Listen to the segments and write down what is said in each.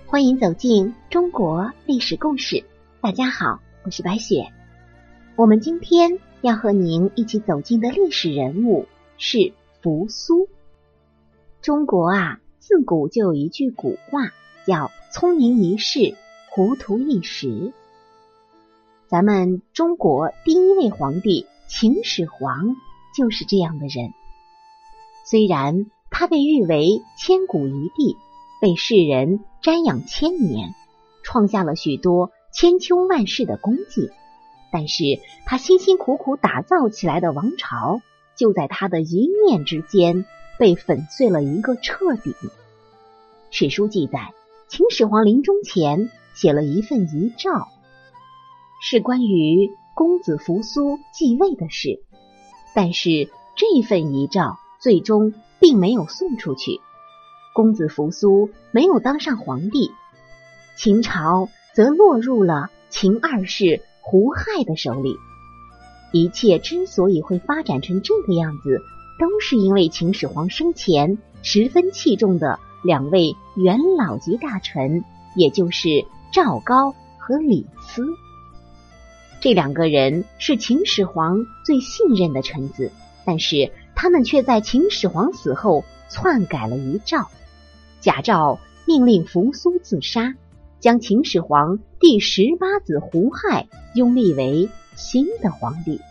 欢迎走进中国历史故事。大家好，我是白雪。我们今天要和您一起走进的历史人物是扶苏。中国自古就有一句古话叫聪明一世，糊涂一时。咱们中国第一位皇帝秦始皇就是这样的人。虽然他被誉为千古一帝，被世人瞻仰千年，创下了许多千秋万世的功绩，但是他辛辛苦苦打造起来的王朝，就在他的一念之间被粉碎了一个彻底。史书记载，秦始皇临终前写了一份遗诏，是关于公子扶苏继位的事，但是这份遗诏最终并没有送出去，公子扶苏没有当上皇帝，秦朝则落入了秦二世胡亥的手里。一切之所以会发展成这个样子，都是因为秦始皇生前十分器重的两位元老级大臣，也就是赵高和李斯。这两个人是秦始皇最信任的臣子，但是他们却在秦始皇死后篡改了遗诏，假诏命令扶苏自杀，将秦始皇第18子胡亥拥立为新的皇帝。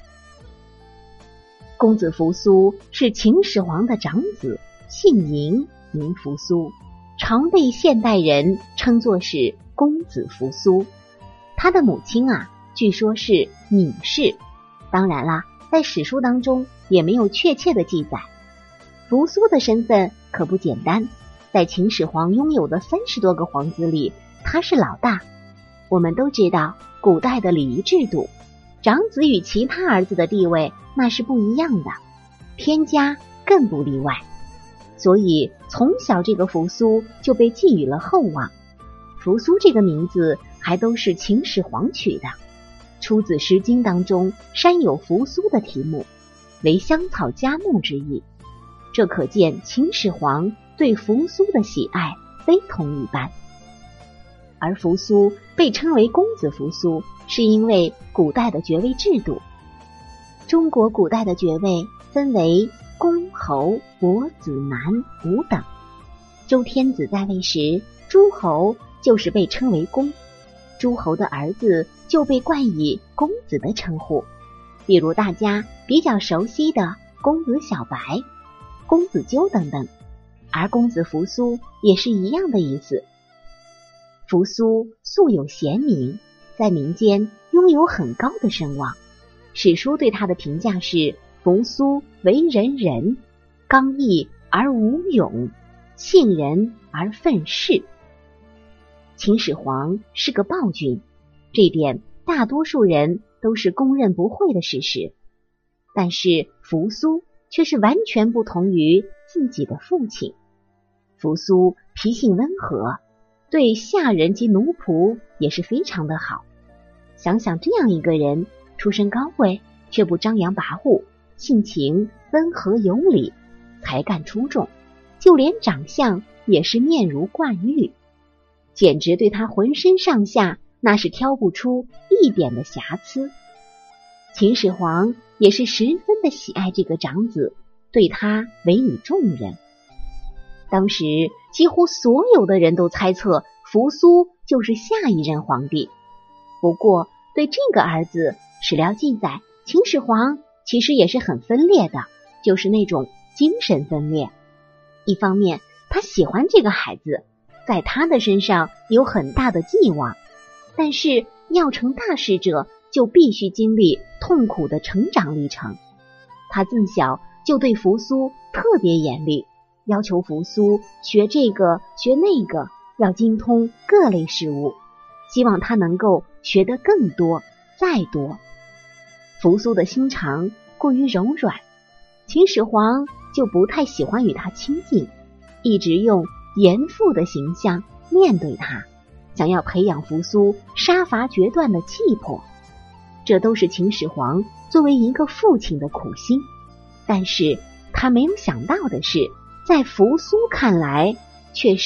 公子扶苏是秦始皇的长子，姓嬴，名扶苏，常被现代人称作是公子扶苏。他的母亲据说是芈氏，当然啦，在史书当中也没有确切的记载。扶苏的身份可不简单，在秦始皇拥有的30多个皇子里，他是老大。我们都知道古代的礼仪制度，长子与其他儿子的地位那是不一样的，天家更不例外。所以从小这个扶苏就被寄予了厚望。扶苏这个名字还都是秦始皇取的，出自《诗经》当中山有扶苏的题目，为香草佳木之意。这可见秦始皇对扶苏的喜爱非同一般。而扶苏被称为公子扶苏，是因为古代的爵位制度。中国古代的爵位分为公、侯、伯、子、男5等。周天子在位时，诸侯就是被称为公，诸侯的儿子就被冠以公子的称呼，比如大家比较熟悉的公子小白、公子纠等等。而公子扶苏也是一样的意思。扶苏素有贤名，在民间拥有很高的声望。史书对他的评价是：扶苏为人仁，刚毅而无勇，信人而愤世。秦始皇是个暴君，这点大多数人都是公认不讳的事实。但是扶苏却是完全不同于自己的父亲。扶苏脾性温和，对下人及奴仆也是非常的好。想想这样一个人，出身高贵，却不张扬跋扈，性情温和有礼，才干出众，就连长相也是面如冠玉，简直对他浑身上下那是挑不出一点的瑕疵。秦始皇也是十分的喜爱这个长子，对他委以重任。当时几乎所有的人都猜测扶苏就是下一任皇帝。不过对这个儿子，史料记载，秦始皇其实也是很分裂的，就是那种精神分裂。一方面他喜欢这个孩子，在他的身上有很大的寄望，但是要成大事者就必须经历痛苦的成长历程。他自小就对扶苏特别严厉，要求扶苏学这个学那个，要精通各类事物，希望他能够学得更多再多。扶苏的心肠过于柔软，秦始皇就不太喜欢与他亲近，一直用严父的形象面对他，想要培养扶苏杀伐决断的气魄。这都是秦始皇作为一个父亲的苦心。但是他没有想到的是，在扶苏看来却是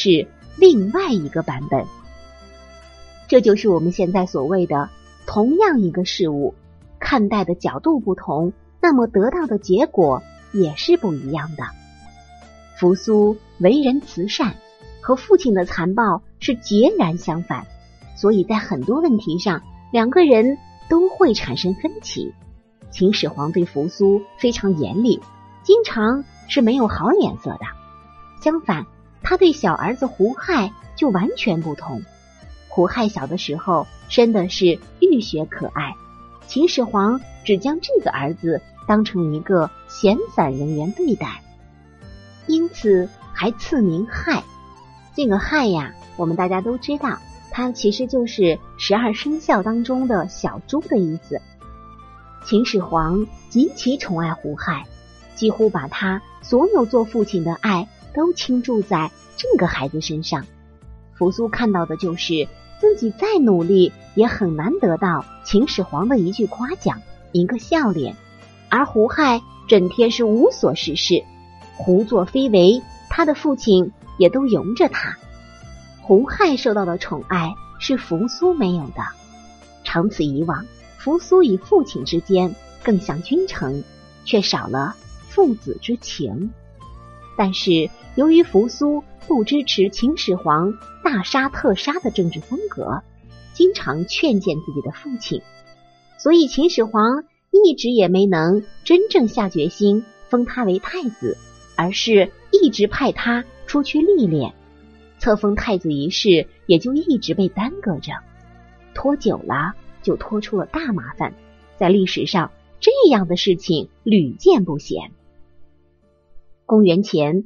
另外一个版本。这就是我们现在所谓的同样一个事物，看待的角度不同，那么得到的结果也是不一样的。扶苏为人慈善，和父亲的残暴是截然相反，所以在很多问题上，两个人都会产生分歧。秦始皇对扶苏非常严厉，经常是没有好脸色的。相反，他对小儿子胡亥就完全不同。胡亥小的时候生的是浴血可爱，秦始皇只将这个儿子当成一个闲散人员对待，因此还赐名亥。这个亥呀，我们大家都知道，它其实就是12生肖当中的小猪的意思。秦始皇极其宠爱胡亥，几乎把他所有做父亲的爱都倾注在这个孩子身上。扶苏看到的就是自己再努力也很难得到秦始皇的一句夸奖，一个笑脸，而胡亥整天是无所事事，胡作非为，他的父亲也都由着他。胡亥受到的宠爱是扶苏没有的，长此以往，扶苏与父亲之间更像君臣，却少了父子之情。但是由于扶苏不支持秦始皇大杀特杀的政治风格，经常劝谏自己的父亲，所以秦始皇一直也没能真正下决心封他为太子，而是一直派他出去历练。册封太子一事也就一直被耽搁着，拖久了就拖出了大麻烦。在历史上，这样的事情屡见不鲜。公元前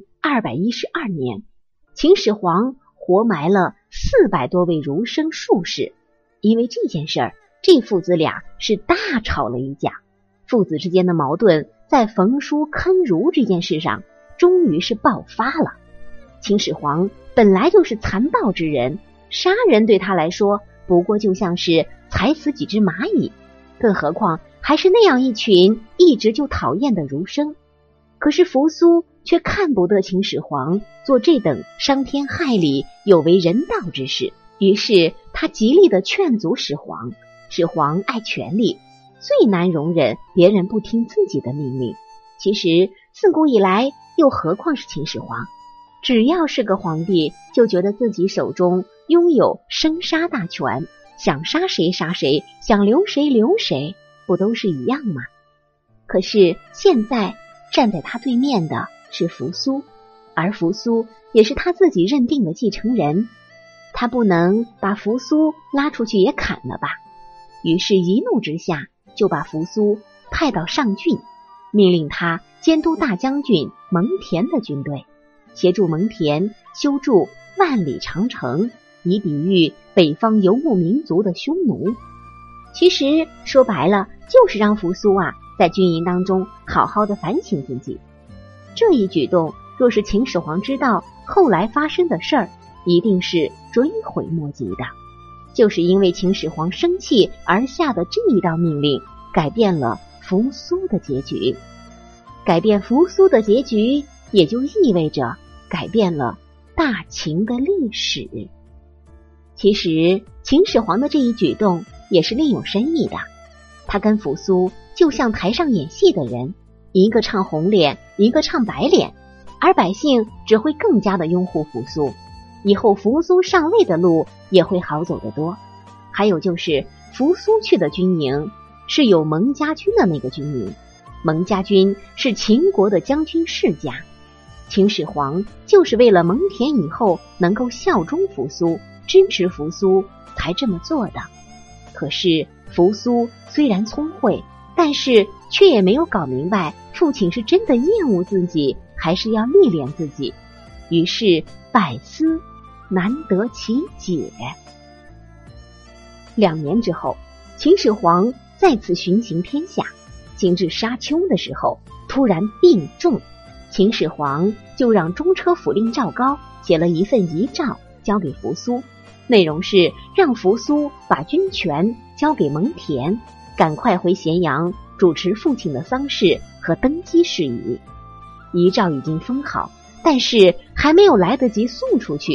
212年，秦始皇活埋了400多位儒生术士。因为这件事儿，这父子俩是大吵了一架。父子之间的矛盾在焚书坑儒这件事上终于是爆发了。秦始皇本来就是残暴之人，杀人对他来说不过就像是踩死几只蚂蚁，更何况还是那样一群一直就讨厌的儒生。可是扶苏却看不得秦始皇做这等伤天害理、有违人道之事，于是他极力的劝阻始皇。始皇爱权力，最难容忍别人不听自己的命令。其实自古以来，又何况是秦始皇，只要是个皇帝，就觉得自己手中拥有生杀大权，想杀谁杀谁，想留谁留谁，不都是一样吗？可是现在站在他对面的是扶苏，而扶苏也是他自己认定的继承人，他不能把扶苏拉出去也砍了吧。于是一怒之下就把扶苏派到上郡，命令他监督大将军蒙恬的军队，协助蒙恬修筑万里长城，以抵御北方游牧民族的匈奴。其实说白了，就是让扶苏在军营当中好好的反省自己。这一举动若是秦始皇知道后来发生的事儿，一定是追悔莫及的。就是因为秦始皇生气而下的这一道命令，改变了扶苏的结局。改变扶苏的结局，也就意味着改变了大秦的历史。其实秦始皇的这一举动也是另有深意的，他跟扶苏就像台上演戏的人，一个唱红脸，一个唱白脸，而百姓只会更加的拥护扶苏，以后扶苏上位的路也会好走得多。还有就是扶苏去的军营是有蒙家军的那个军营，蒙家军是秦国的将军世家，秦始皇就是为了蒙恬以后能够效忠扶苏，支持扶苏才这么做的。可是扶苏虽然聪慧，但是却也没有搞明白父亲是真的厌恶自己，还是要历练自己，于是百思难得其解。2年之后，秦始皇再次巡行天下，经至沙丘的时候，突然病重。秦始皇就让中车府令赵高写了一份遗诏交给扶苏，内容是让扶苏把军权交给蒙恬，赶快回咸阳主持父亲的丧事和登基事宜。遗诏已经封好，但是还没有来得及送出去，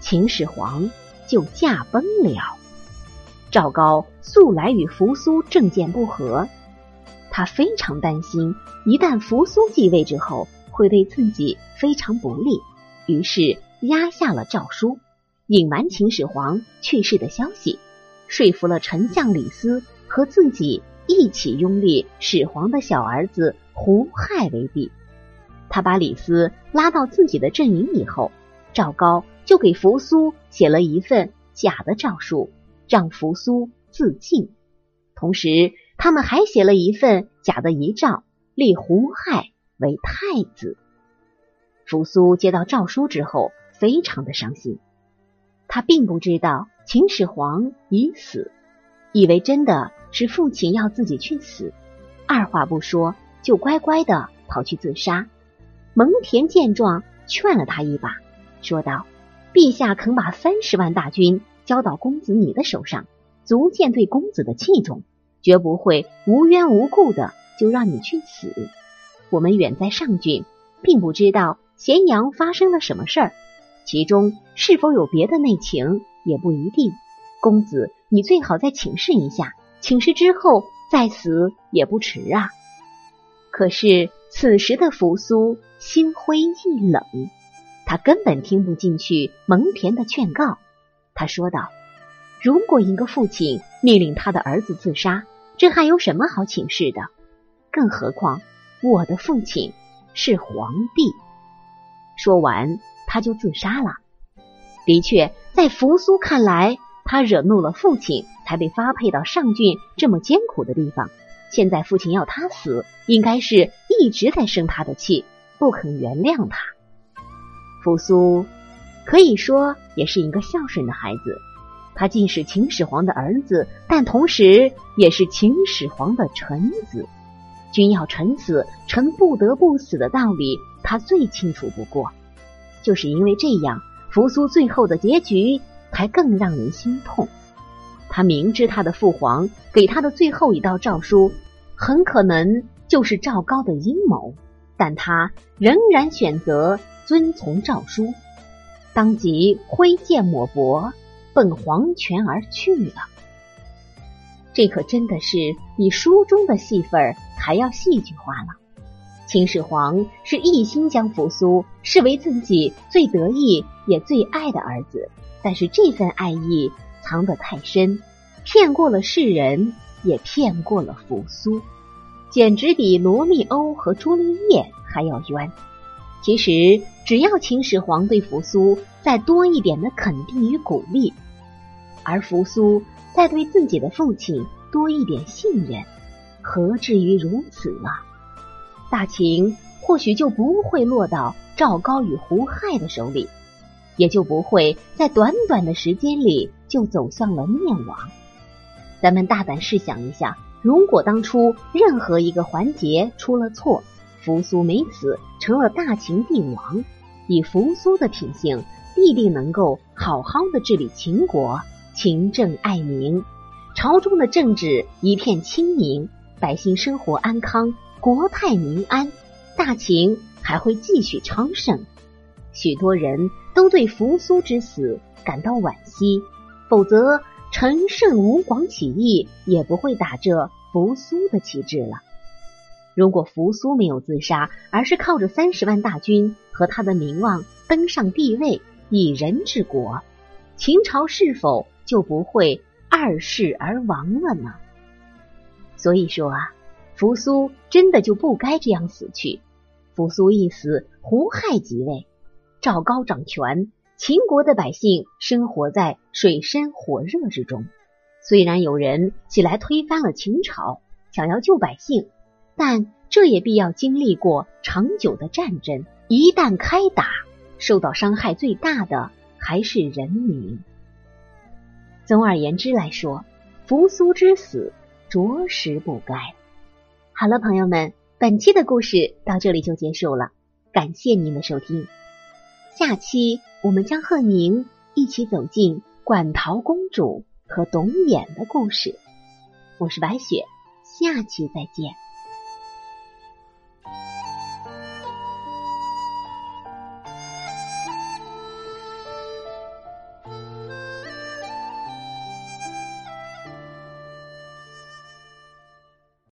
秦始皇就驾崩了。赵高素来与扶苏政见不合，他非常担心一旦扶苏继位之后会对自己非常不利，于是压下了诏书，隐瞒秦始皇去世的消息，说服了丞相李斯和自己一起拥立始皇的小儿子胡亥为帝。他把李斯拉到自己的阵营以后，赵高就给扶苏写了一份假的诏书，让扶苏自尽。同时他们还写了一份假的遗诏，立胡亥为太子。扶苏接到诏书之后非常的伤心，他并不知道秦始皇已死，以为真的是父亲要自己去死，二话不说就乖乖的跑去自杀。蒙恬见状劝了他一把，说道：陛下肯把30万大军交到公子你的手上，足见对公子的器重，绝不会无缘无故的就让你去死。我们远在上郡，并不知道咸阳发生了什么事儿，其中是否有别的内情也不一定。公子你最好再请示一下，请示之后再死也不迟啊。可是此时的扶苏心灰意冷，他根本听不进去蒙恬的劝告。他说道：如果一个父亲命令他的儿子自杀，这还有什么好请示的？更何况我的父亲是皇帝。说完他就自杀了。的确，在扶苏看来，他惹怒了父亲，才被发配到上郡这么艰苦的地方。现在父亲要他死，应该是一直在生他的气，不肯原谅他。扶苏可以说也是一个孝顺的孩子，他既是秦始皇的儿子，但同时也是秦始皇的臣子。君要臣死，臣不得不死的道理，他最清楚不过。就是因为这样，扶苏最后的结局才更让人心痛。他明知他的父皇给他的最后一道诏书很可能就是赵高的阴谋，但他仍然选择遵从诏书，当即挥剑抹帛，奔黄泉而去了。这可真的是比书中的戏份还要戏剧化了。秦始皇是一心将扶苏视为自己最得意也最爱的儿子，但是这份爱意藏得太深，骗过了世人，也骗过了扶苏，简直比罗密欧和朱丽叶还要冤。其实只要秦始皇对扶苏再多一点的肯定与鼓励，而扶苏再对自己的父亲多一点信任，何至于如此啊？大秦或许就不会落到赵高与胡亥的手里，也就不会在短短的时间里就走向了灭亡。咱们大胆试想一下，如果当初任何一个环节出了错，扶苏没死，成了大秦帝王，以扶苏的品性，必定能够好好的治理秦国，勤政爱民，朝中的政治一片清明，百姓生活安康，国泰民安，大秦还会继续昌盛。许多人都对扶苏之死感到惋惜，否则陈胜吴广起义也不会打着扶苏的旗帜了。如果扶苏没有自杀，而是靠着30万大军和他的名望登上帝位，以人治国，秦朝是否就不会二世而亡了呢？所以说啊，扶苏真的就不该这样死去。扶苏一死，胡亥即位，赵高掌权，秦国的百姓生活在水深火热之中。虽然有人起来推翻了秦朝，想要救百姓，但这也必要经历过长久的战争，一旦开打，受到伤害最大的还是人民。总而言之来说，扶苏之死着实不该。好了，朋友们，本期的故事到这里就结束了，感谢您的收听。下期我们将和您一起走进馆陶公主和董衍的故事。我是白雪，下期再见。